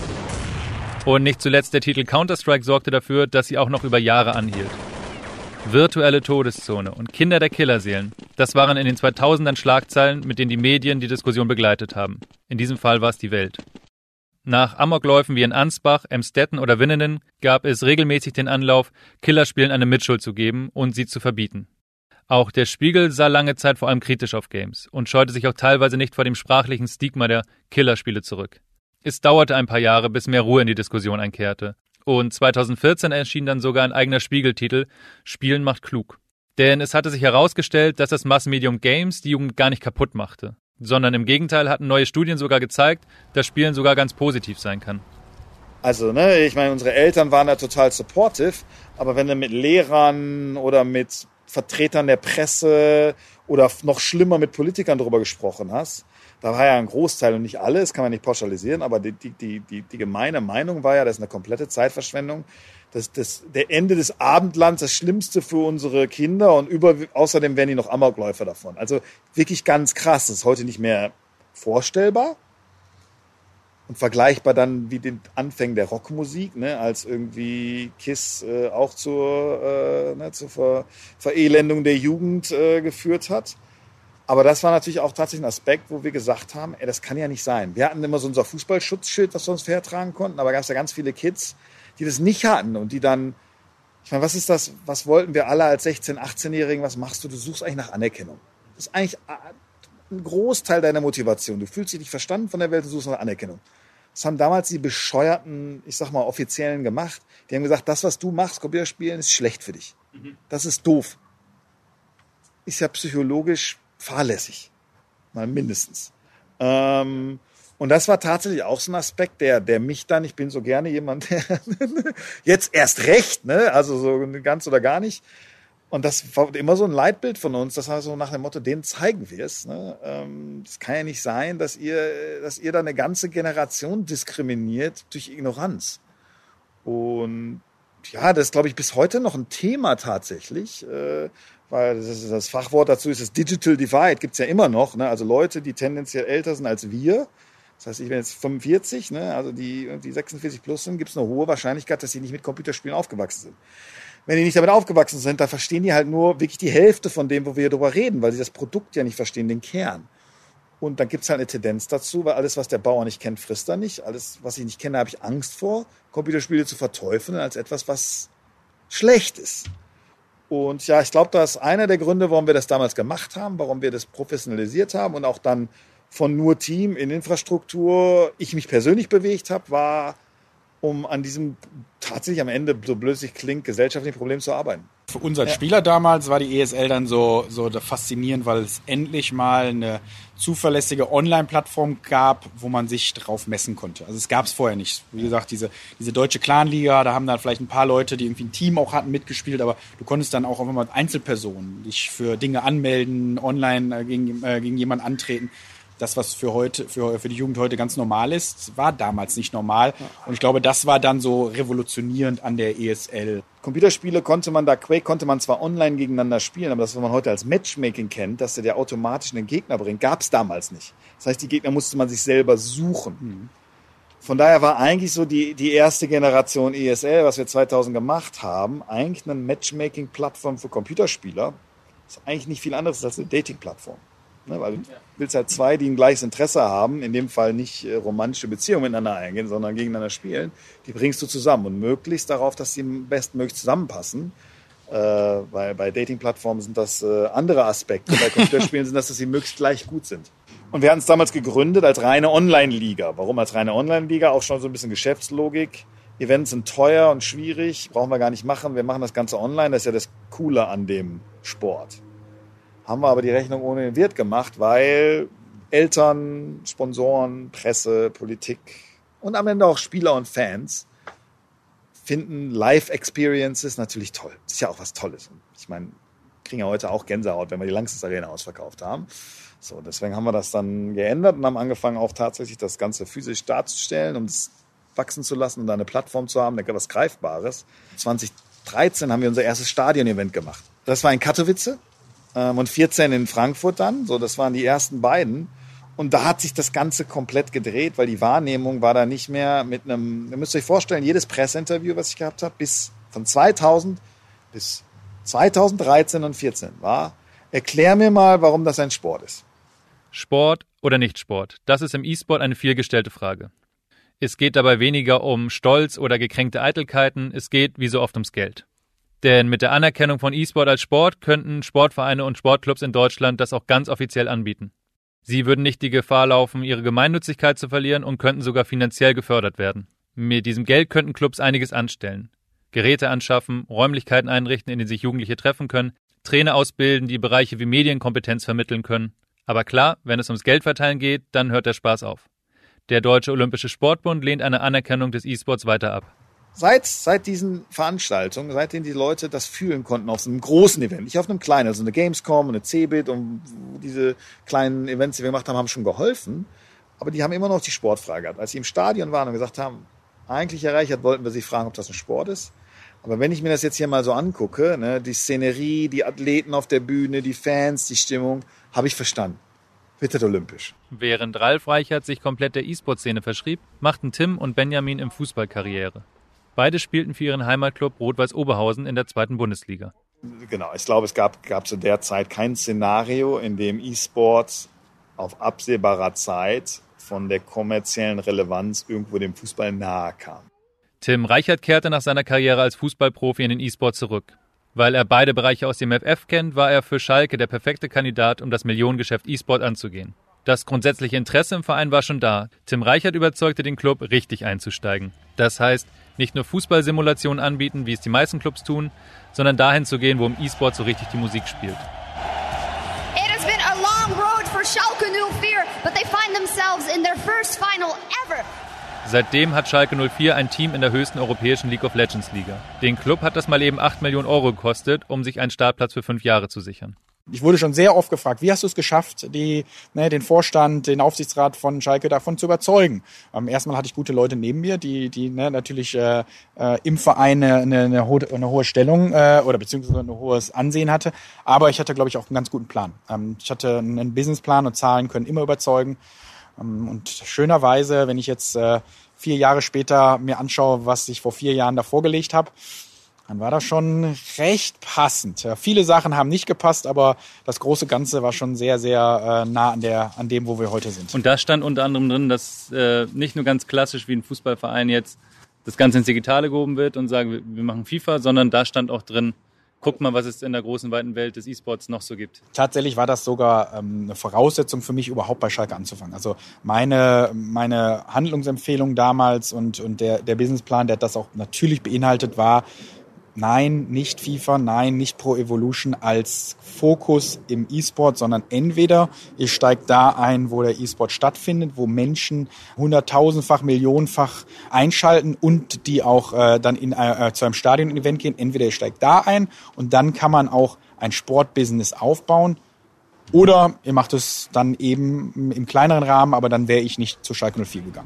Und nicht zuletzt der Titel Counter-Strike sorgte dafür, dass sie auch noch über Jahre anhielt. Virtuelle Todeszone und Kinder der Killerseelen, das waren in den zweitausendern Schlagzeilen, mit denen die Medien die Diskussion begleitet haben. In diesem Fall war es die Welt. Nach Amokläufen wie in Ansbach, Emstetten oder Winnenden gab es regelmäßig den Anlauf, Killerspielen eine Mitschuld zu geben und sie zu verbieten. Auch der Spiegel sah lange Zeit vor allem kritisch auf Games und scheute sich auch teilweise nicht vor dem sprachlichen Stigma der Killerspiele zurück. Es dauerte ein paar Jahre, bis mehr Ruhe in die Diskussion einkehrte. Und zweitausendvierzehn erschien dann sogar ein eigener Spiegeltitel, Spielen macht klug. Denn es hatte sich herausgestellt, dass das Massenmedium Games die Jugend gar nicht kaputt machte. Sondern im Gegenteil hatten neue Studien sogar gezeigt, dass Spielen sogar ganz positiv sein kann. Also, ne, ich meine, unsere Eltern waren da total supportive, aber wenn du mit Lehrern oder mit Vertretern der Presse oder noch schlimmer mit Politikern darüber gesprochen hast, da war ja ein Großteil und nicht alles, kann man nicht pauschalisieren, aber die, die, die, die, die gemeine Meinung war ja, das ist eine komplette Zeitverschwendung. Das, das, der Ende des Abendlands, das Schlimmste für unsere Kinder und über, außerdem werden die noch Amokläufer davon. Also wirklich ganz krass, das ist heute nicht mehr vorstellbar und vergleichbar dann wie den Anfängen der Rockmusik, ne, als irgendwie Kiss äh, auch zur, äh, ne, zur Ver, Verelendung der Jugend äh, geführt hat. Aber das war natürlich auch tatsächlich ein Aspekt, wo wir gesagt haben, ey, das kann ja nicht sein. Wir hatten immer so unser Fußballschutzschild, was wir uns vertragen konnten, aber gab es ja ganz viele Kids, die das nicht hatten und die dann, ich meine, was ist das, was wollten wir alle als sechzehn-, achtzehnjährigen, was machst du? Du suchst eigentlich nach Anerkennung. Das ist eigentlich ein Großteil deiner Motivation. Du fühlst dich nicht verstanden von der Welt und suchst nach Anerkennung. Das haben damals die bescheuerten, ich sag mal, Offiziellen gemacht. Die haben gesagt, das, was du machst, Computerspielen, ist schlecht für dich. Mhm. Das ist doof. Ist ja psychologisch fahrlässig. Mal mindestens. Ähm, und das war tatsächlich auch so ein Aspekt, der, der mich dann, ich bin so gerne jemand, der jetzt erst recht, ne, also so ganz oder gar nicht. Und das war immer so ein Leitbild von uns, das war so nach dem Motto, denen zeigen wir es. Ne? Ähm, das kann ja nicht sein, dass ihr, dass ihr da eine ganze Generation diskriminiert durch Ignoranz. Und ja, das ist, glaube ich, bis heute noch ein Thema tatsächlich, äh, weil das, ist, das Fachwort dazu ist das Digital Divide, gibt's ja immer noch. Ne? Also Leute, die tendenziell älter sind als wir. Das heißt, ich bin jetzt fünfundvierzig, ne? Also die, die sechsundvierzig plus sind, gibt's eine hohe Wahrscheinlichkeit, dass sie nicht mit Computerspielen aufgewachsen sind. Wenn die nicht damit aufgewachsen sind, dann verstehen die halt nur wirklich die Hälfte von dem, wo wir darüber reden, weil sie das Produkt ja nicht verstehen, den Kern. Und dann gibt's halt eine Tendenz dazu, weil alles, was der Bauer nicht kennt, frisst er nicht. Alles, was ich nicht kenne, habe ich Angst vor, Computerspiele zu verteufeln als etwas, was schlecht ist. Und ja, ich glaube, das ist einer der Gründe, warum wir das damals gemacht haben, warum wir das professionalisiert haben und auch dann von nur Team in Infrastruktur ich mich persönlich bewegt habe, war um an diesem tatsächlich am Ende, so blöd es sich klingt, gesellschaftlichen Problem zu arbeiten. Für uns als Spieler damals war die E S L dann so, so faszinierend, weil es endlich mal eine zuverlässige Online-Plattform gab, wo man sich drauf messen konnte. Also es gab es vorher nicht. Wie gesagt, diese, diese deutsche Clan-Liga, da haben dann vielleicht ein paar Leute, die irgendwie ein Team auch hatten, mitgespielt, aber du konntest dann auch einfach mal Einzelpersonen dich für Dinge anmelden, online äh, gegen, äh, gegen jemanden antreten. Das, was für heute, für, für die Jugend heute ganz normal ist, war damals nicht normal. Und ich glaube, das war dann so revolutionierend an der E S L. Computerspiele konnte man da, Quake konnte man zwar online gegeneinander spielen, aber das, was man heute als Matchmaking kennt, dass der dir automatisch einen Gegner bringt, gab es damals nicht. Das heißt, die Gegner musste man sich selber suchen. Mhm. Von daher war eigentlich so die, die erste Generation E S L, was wir zweitausend gemacht haben, eigentlich eine Matchmaking-Plattform für Computerspieler. Das ist eigentlich nicht viel anderes als eine Dating-Plattform. Ne, weil du willst halt zwei, die ein gleiches Interesse haben, in dem Fall nicht äh, romantische Beziehungen miteinander eingehen, sondern gegeneinander spielen, die bringst du zusammen und möglichst darauf, dass sie bestmöglich zusammenpassen. Äh, weil bei Dating-Plattformen sind das äh, andere Aspekte, bei Computerspielen sind das, dass sie möglichst gleich gut sind. Und wir hatten es damals gegründet als reine Online-Liga. Warum als reine Online-Liga? Auch schon so ein bisschen Geschäftslogik. Events sind teuer und schwierig, brauchen wir gar nicht machen. Wir machen das Ganze online, das ist ja das Coole an dem Sport. Haben wir aber die Rechnung ohne den Wirt gemacht, weil Eltern, Sponsoren, Presse, Politik und am Ende auch Spieler und Fans finden Live-Experiences natürlich toll. Das ist ja auch was Tolles. Ich meine, kriegen ja heute auch Gänsehaut, wenn wir die Langsys Arena ausverkauft haben. So, deswegen haben wir das dann geändert und haben angefangen, auch tatsächlich das Ganze physisch darzustellen, um es wachsen zu lassen und da eine Plattform zu haben, etwas Greifbares. zwanzig dreizehn haben wir unser erstes Stadion-Event gemacht. Das war in Katowice. Und vierzehn in Frankfurt dann, so das waren die ersten beiden. Und da hat sich das Ganze komplett gedreht, weil die Wahrnehmung war da nicht mehr mit einem, ihr müsst euch vorstellen, jedes Presseinterview, was ich gehabt habe, bis von zweitausend bis zweitausenddreizehn und vierzehn war, erklär mir mal, warum das ein Sport ist. Sport oder nicht Sport? Das ist im E-Sport eine vielgestellte Frage. Es geht dabei weniger um Stolz oder gekränkte Eitelkeiten, es geht wie so oft ums Geld. Denn mit der Anerkennung von E-Sport als Sport könnten Sportvereine und Sportclubs in Deutschland das auch ganz offiziell anbieten. Sie würden nicht die Gefahr laufen, ihre Gemeinnützigkeit zu verlieren und könnten sogar finanziell gefördert werden. Mit diesem Geld könnten Clubs einiges anstellen. Geräte anschaffen, Räumlichkeiten einrichten, in denen sich Jugendliche treffen können, Trainer ausbilden, die Bereiche wie Medienkompetenz vermitteln können. Aber klar, wenn es ums Geldverteilen geht, dann hört der Spaß auf. Der Deutsche Olympische Sportbund lehnt eine Anerkennung des E-Sports weiter ab. Seit, seit diesen Veranstaltungen, seitdem die Leute das fühlen konnten auf so einem großen Event, nicht auf einem kleinen, also eine Gamescom und eine Cebit und diese kleinen Events, die wir gemacht haben, haben schon geholfen. Aber die haben immer noch die Sportfrage gehabt. Als sie im Stadion waren und gesagt haben, eigentlich Herr Reichert, wollten wir Sie fragen, ob das ein Sport ist. Aber wenn ich mir das jetzt hier mal so angucke, ne, die Szenerie, die Athleten auf der Bühne, die Fans, die Stimmung, habe ich verstanden. Wird das olympisch. Während Ralf Reichert sich komplett der E-Sport-Szene verschrieb, machten Tim und Benjamin im Fußball Karriere. Beide spielten für ihren Heimatclub Rot-Weiß Oberhausen in der zweiten Bundesliga. Genau, ich glaube, es gab, gab zu der Zeit kein Szenario, in dem E-Sports auf absehbarer Zeit von der kommerziellen Relevanz irgendwo dem Fußball nahe kam. Tim Reichert kehrte nach seiner Karriere als Fußballprofi in den E-Sport zurück. Weil er beide Bereiche aus dem F F kennt, war er für Schalke der perfekte Kandidat, um das Millionengeschäft E-Sport anzugehen. Das grundsätzliche Interesse im Verein war schon da. Tim Reichert überzeugte den Club, richtig einzusteigen. Das heißt, nicht nur Fußballsimulationen anbieten, wie es die meisten Clubs tun, sondern dahin zu gehen, wo im E-Sport so richtig die Musik spielt. It has been a long road for Schalke null vier, but they find themselves in their first final ever. Seitdem hat Schalke null vier ein Team in der höchsten europäischen League of Legends Liga. Den Club hat das mal eben acht Millionen Euro gekostet, um sich einen Startplatz für fünf Jahre zu sichern. Ich wurde schon sehr oft gefragt, wie hast du es geschafft, die, ne, den Vorstand, den Aufsichtsrat von Schalke davon zu überzeugen? Ähm, erstmal hatte ich gute Leute neben mir, die, die ne, natürlich äh, äh, im Verein eine, eine, hohe, eine hohe Stellung äh, oder beziehungsweise ein hohes Ansehen hatte. Aber ich hatte, glaube ich, auch einen ganz guten Plan. Ähm, ich hatte einen Businessplan und Zahlen können immer überzeugen. Ähm, und schönerweise, wenn ich jetzt äh, vier Jahre später mir anschaue, was ich vor vier Jahren da vorgelegt habe, dann war das schon recht passend. Ja, viele Sachen haben nicht gepasst, aber das große Ganze war schon sehr, sehr äh, nah an, der, an dem, wo wir heute sind. Und da stand unter anderem drin, dass äh, nicht nur ganz klassisch wie ein Fußballverein jetzt das Ganze ins Digitale gehoben wird und sagen, wir, wir machen FIFA, sondern da stand auch drin, guck mal, was es in der großen, weiten Welt des E-Sports noch so gibt. Tatsächlich war das sogar ähm, eine Voraussetzung für mich, überhaupt bei Schalke anzufangen. Also meine, meine Handlungsempfehlung damals und, und der, der Businessplan, der das auch natürlich beinhaltet, war, nein, nicht FIFA, nein, nicht Pro Evolution als Fokus im E-Sport, sondern entweder ihr steigt da ein, wo der E-Sport stattfindet, wo Menschen hunderttausendfach, millionenfach einschalten und die auch äh, dann in, äh, zu einem Stadion-Event gehen. Entweder ihr steigt da ein und dann kann man auch ein Sportbusiness aufbauen, oder ihr macht es dann eben im kleineren Rahmen, aber dann wäre ich nicht zu Schalke null vier gegangen.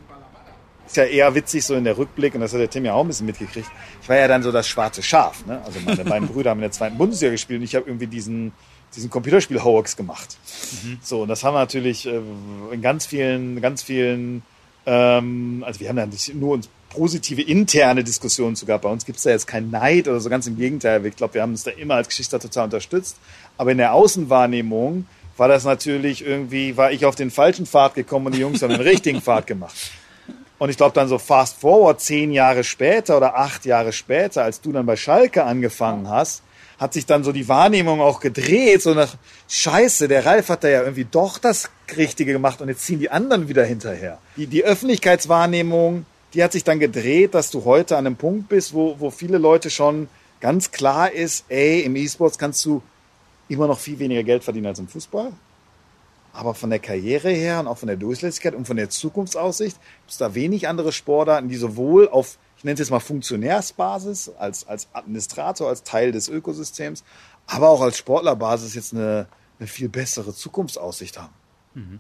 Ist ja eher witzig so in der Rückblick, und das hat der Tim ja auch ein bisschen mitgekriegt. Ich war ja dann so das schwarze Schaf. Ne? Also meine beiden Brüder haben in der zweiten Bundesliga gespielt und ich habe irgendwie diesen, diesen Computerspiel-Hoax gemacht. Mhm. So, und das haben wir natürlich äh, in ganz vielen, ganz vielen, ähm, also wir haben da nicht nur uns positive interne Diskussionen zu gehabt. Bei uns gibt es da jetzt keinen Neid oder so, ganz im Gegenteil. Ich glaube, wir haben uns da immer als Geschichte total unterstützt. Aber in der Außenwahrnehmung war das natürlich irgendwie, war ich auf den falschen Pfad gekommen und die Jungs haben den richtigen Pfad gemacht. Und ich glaube dann so fast forward, zehn Jahre später oder acht Jahre später, als du dann bei Schalke angefangen hast, hat sich dann so die Wahrnehmung auch gedreht, so nach, Scheiße, der Ralf hat da ja irgendwie doch das Richtige gemacht und jetzt ziehen die anderen wieder hinterher. Die, die Öffentlichkeitswahrnehmung, die hat sich dann gedreht, dass du heute an einem Punkt bist, wo, wo viele Leute schon ganz klar ist, ey, im E-Sports kannst du immer noch viel weniger Geld verdienen als im Fußball. Aber von der Karriere her und auch von der Durchlässigkeit und von der Zukunftsaussicht gibt es da wenig andere Sportarten, die sowohl auf, ich nenne es jetzt mal Funktionärsbasis, als, als Administrator, als Teil des Ökosystems, aber auch als Sportlerbasis jetzt eine, eine viel bessere Zukunftsaussicht haben. Mhm.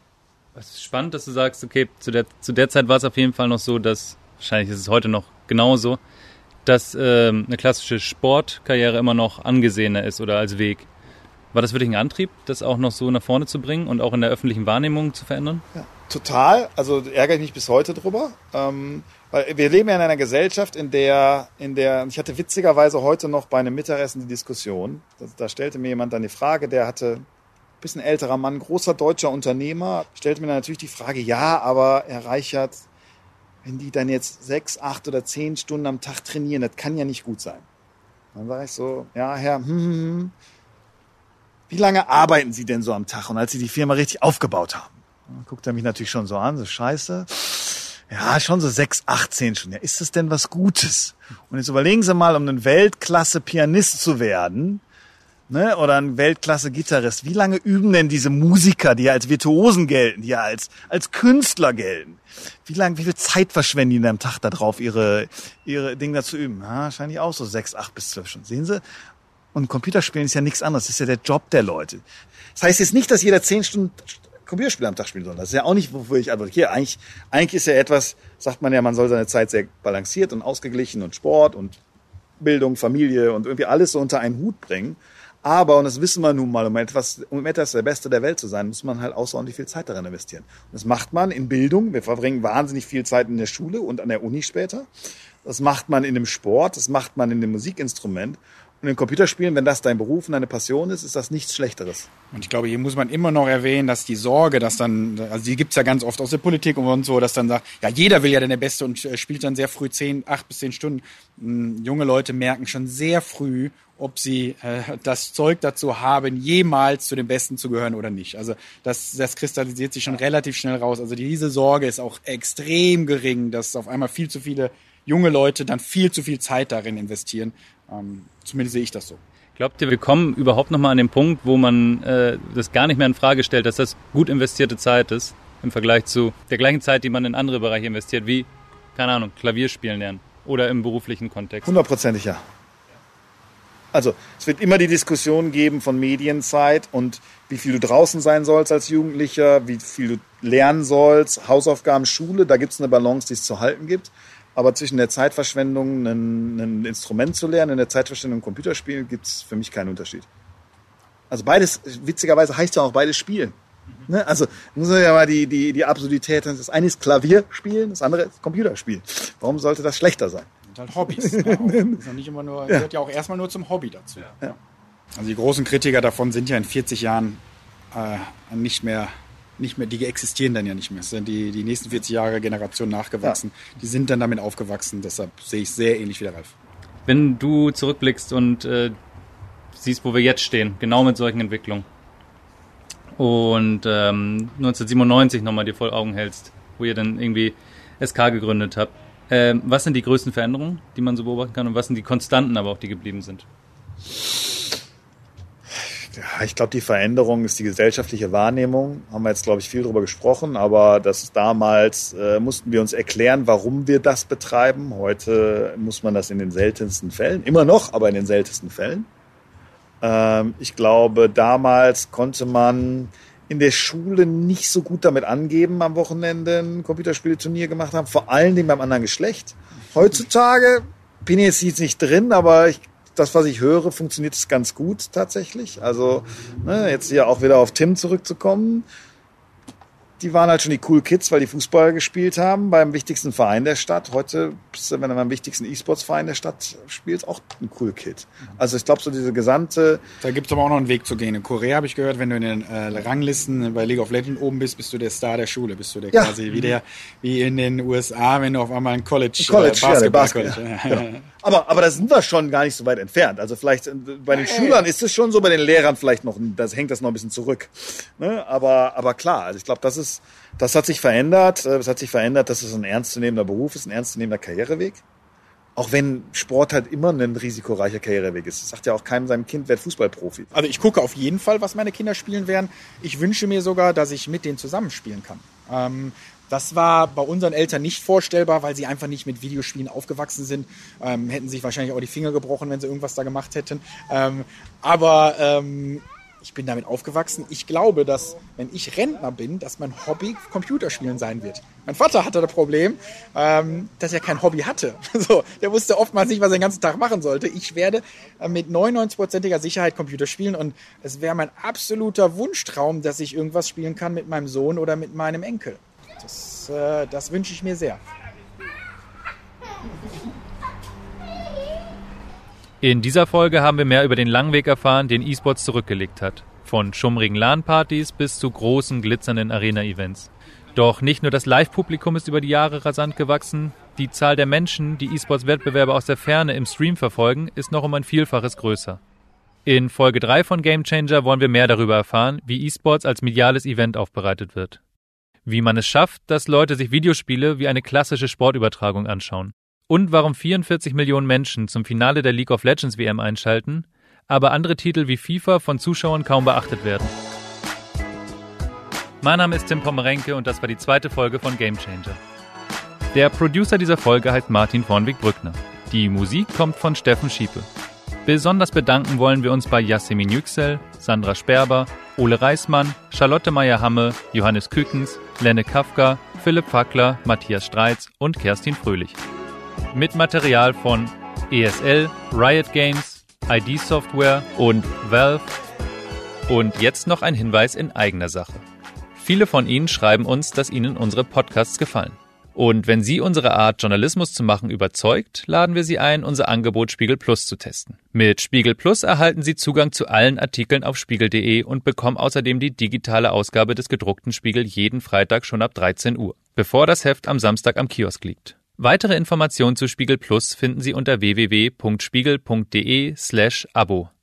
Es ist spannend, dass du sagst, okay, zu der, zu der Zeit war es auf jeden Fall noch so, dass, wahrscheinlich ist es heute noch genauso, dass ähm, eine klassische Sportkarriere immer noch angesehener ist oder als Weg. War das wirklich ein Antrieb, das auch noch so nach vorne zu bringen und auch in der öffentlichen Wahrnehmung zu verändern? Ja, total. Also ärgere ich mich bis heute drüber. Ähm, weil wir leben ja in einer Gesellschaft, in der, in der, ich hatte witzigerweise heute noch bei einem Mittagessen die Diskussion. Da, da stellte mir jemand dann die Frage, der hatte ein bisschen älterer Mann, großer deutscher Unternehmer, stellte mir dann natürlich die Frage, ja, aber Herr Reichert, wenn die dann jetzt sechs, acht oder zehn Stunden am Tag trainieren, das kann ja nicht gut sein. Dann sage ich so, ja, Herr, hm, hm, hm. Wie lange arbeiten Sie denn so am Tag? Und als Sie die Firma richtig aufgebaut haben, dann guckt er mich natürlich schon so an, so scheiße. Ja, schon so sechs, acht, zehn Stunden. Ja, ist das denn was Gutes? Und jetzt überlegen Sie mal, um ein Weltklasse-Pianist zu werden, ne, oder ein Weltklasse-Gitarrist, wie lange üben denn diese Musiker, die ja als Virtuosen gelten, die ja als, als Künstler gelten? Wie lange, wie viel Zeit verschwenden die in einem Tag da drauf, ihre, ihre Dinge da zu üben? Ja, wahrscheinlich auch so sechs, acht bis zwölf Stunden. Sehen Sie? Und Computerspielen ist ja nichts anderes. Das ist ja der Job der Leute. Das heißt jetzt nicht, dass jeder zehn Stunden Computerspiele am Tag spielen soll. Das ist ja auch nicht, wofür ich advokiere. Eigentlich, eigentlich ist ja etwas, sagt man ja, man soll seine Zeit sehr balanciert und ausgeglichen und Sport und Bildung, Familie und irgendwie alles so unter einen Hut bringen. Aber, und das wissen wir nun mal, um etwas, um etwas der Beste der Welt zu sein, muss man halt außerordentlich viel Zeit darin investieren. Und das macht man in Bildung. Wir verbringen wahnsinnig viel Zeit in der Schule und an der Uni später. Das macht man in dem Sport, das macht man in dem Musikinstrument. Und in Computerspielen, wenn das dein Beruf und deine Passion ist, ist das nichts Schlechteres. Und ich glaube, hier muss man immer noch erwähnen, dass die Sorge, dass dann, also die gibt's ja ganz oft aus der Politik und so, dass dann sagt, ja, jeder will ja dann der Beste und spielt dann sehr früh zehn, acht bis zehn Stunden. Junge Leute merken schon sehr früh, ob sie äh, das Zeug dazu haben, jemals zu den Besten zu gehören oder nicht. Also das, das kristallisiert sich schon relativ schnell raus. Also diese Sorge ist auch extrem gering, dass auf einmal viel zu viele junge Leute dann viel zu viel Zeit darin investieren. Ähm, zumindest sehe ich das so. Glaubt ihr, wir kommen überhaupt nochmal an den Punkt, wo man äh, das gar nicht mehr in Frage stellt, dass das gut investierte Zeit ist, im Vergleich zu der gleichen Zeit, die man in andere Bereiche investiert, wie, keine Ahnung, Klavierspielen lernen oder im beruflichen Kontext? Hundertprozentig ja. Also es wird immer die Diskussion geben von Medienzeit und wie viel du draußen sein sollst als Jugendlicher, wie viel du lernen sollst, Hausaufgaben, Schule, da gibt es eine Balance, die es zu halten gibt. Aber zwischen der Zeitverschwendung, ein, ein Instrument zu lernen, und der Zeitverschwendung Computerspielen, gibt es für mich keinen Unterschied. Also beides, witzigerweise heißt ja auch beides Spielen. Mhm. Ne? Also muss man ja mal die, die, die Absurdität, das eine ist Klavierspielen, das andere ist Computerspielen. Warum sollte das schlechter sein? Das sind halt Hobbys. Ja, auch. Das ist ja nicht immer nur, gehört ja auch erstmal nur zum Hobby dazu. Ja. Also die großen Kritiker davon sind ja in vierzig Jahren äh, nicht mehr... nicht mehr, die existieren dann ja nicht mehr. Es sind die, die nächsten vierzig Jahre Generation nachgewachsen. Ja. Die sind dann damit aufgewachsen. Deshalb sehe ich sehr ähnlich wie der Ralf. Wenn du zurückblickst und äh, siehst, wo wir jetzt stehen, genau mit solchen Entwicklungen, und ähm, neunzehnhundertsiebenundneunzig nochmal dir vor Augen hältst, wo ihr dann irgendwie S K gegründet habt, ähm, was sind die größten Veränderungen, die man so beobachten kann, und was sind die Konstanten aber auch, die geblieben sind? Ja, ich glaube, die Veränderung ist die gesellschaftliche Wahrnehmung. Haben wir jetzt, glaube ich, viel drüber gesprochen, aber das damals äh, mussten wir uns erklären, warum wir das betreiben. Heute muss man das in den seltensten Fällen, immer noch, aber in den seltensten Fällen. Ähm, ich glaube, damals konnte man in der Schule nicht so gut damit angeben, am Wochenende ein Computerspieleturnier gemacht haben, vor allen Dingen beim anderen Geschlecht. Heutzutage bin ich jetzt nicht drin, aber ich das, was ich höre, funktioniert es ganz gut tatsächlich. Also ne, jetzt hier auch wieder auf Tim zurückzukommen. Die waren halt schon die cool Kids, weil die Fußball gespielt haben beim wichtigsten Verein der Stadt. Heute, wenn du beim wichtigsten E-Sports-Verein der Stadt spielst, auch ein cool Kid. Also ich glaube, so diese gesamte... Da gibt es aber auch noch einen Weg zu gehen. In Korea habe ich gehört, wenn du in den äh, Ranglisten bei League of Legends oben bist, bist du der Star der Schule. Bist du der ja. quasi wie, der, wie in den U S A, wenn du auf einmal ein College, College, äh, Basketball, ja, Basketball College. Ja. Ja. Aber, aber da sind wir schon gar nicht so weit entfernt. Also vielleicht bei den hey. Schülern ist es schon so, bei den Lehrern vielleicht noch, das hängt das noch ein bisschen zurück. Ne? Aber, aber klar, also ich glaube, das ist, das hat sich verändert. Es hat sich verändert, dass es ein ernstzunehmender Beruf ist, ein ernstzunehmender Karriereweg. Auch wenn Sport halt immer ein risikoreicher Karriereweg ist. Das sagt ja auch keinem seinem Kind, werd Fußballprofi. Also ich gucke auf jeden Fall, was meine Kinder spielen werden. Ich wünsche mir sogar, dass ich mit denen zusammenspielen kann. Ähm, Das war bei unseren Eltern nicht vorstellbar, weil sie einfach nicht mit Videospielen aufgewachsen sind. Ähm, hätten sich wahrscheinlich auch die Finger gebrochen, wenn sie irgendwas da gemacht hätten. Ähm, aber ähm, ich bin damit aufgewachsen. Ich glaube, dass, wenn ich Rentner bin, dass mein Hobby Computerspielen sein wird. Mein Vater hatte das Problem, ähm, dass er kein Hobby hatte. So, der wusste oftmals nicht, was er den ganzen Tag machen sollte. Ich werde äh, mit neunundneunzig-prozentiger Sicherheit Computer spielen und es wäre mein absoluter Wunschtraum, dass ich irgendwas spielen kann mit meinem Sohn oder mit meinem Enkel. Das, äh, das wünsche ich mir sehr. In dieser Folge haben wir mehr über den langen Weg erfahren, den E-Sports zurückgelegt hat. Von schummrigen LAN-Partys bis zu großen, glitzernden Arena-Events. Doch nicht nur das Live-Publikum ist über die Jahre rasant gewachsen, die Zahl der Menschen, die E-Sports-Wettbewerbe aus der Ferne im Stream verfolgen, ist noch um ein Vielfaches größer. In Folge drei von Game Changer wollen wir mehr darüber erfahren, wie E-Sports als mediales Event aufbereitet wird. Wie man es schafft, dass Leute sich Videospiele wie eine klassische Sportübertragung anschauen. Und warum vierundvierzig Millionen Menschen zum Finale der League of Legends W M einschalten, aber andere Titel wie FIFA von Zuschauern kaum beachtet werden. Mein Name ist Tim Pommerenke und das war die zweite Folge von Game Changer. Der Producer dieser Folge heißt Martin Vornweg-Brückner. Die Musik kommt von Steffen Schiepe. Besonders bedanken wollen wir uns bei Yasemin Yüksel, Sandra Sperber, Ole Reismann, Charlotte Meyer-Hamme, Johannes Kükens, Lenne Kafka, Philipp Fackler, Matthias Streitz und Kerstin Fröhlich. Mit Material von E S L, Riot Games, I D Software und Valve. Und jetzt noch ein Hinweis in eigener Sache. Viele von Ihnen schreiben uns, dass Ihnen unsere Podcasts gefallen. Und wenn Sie unsere Art, Journalismus zu machen, überzeugt, laden wir Sie ein, unser Angebot Spiegel Plus zu testen. Mit Spiegel Plus erhalten Sie Zugang zu allen Artikeln auf spiegel punkt de und bekommen außerdem die digitale Ausgabe des gedruckten Spiegel jeden Freitag schon ab dreizehn Uhr, bevor das Heft am Samstag am Kiosk liegt. Weitere Informationen zu Spiegel Plus finden Sie unter w w w punkt spiegel punkt de slash abo.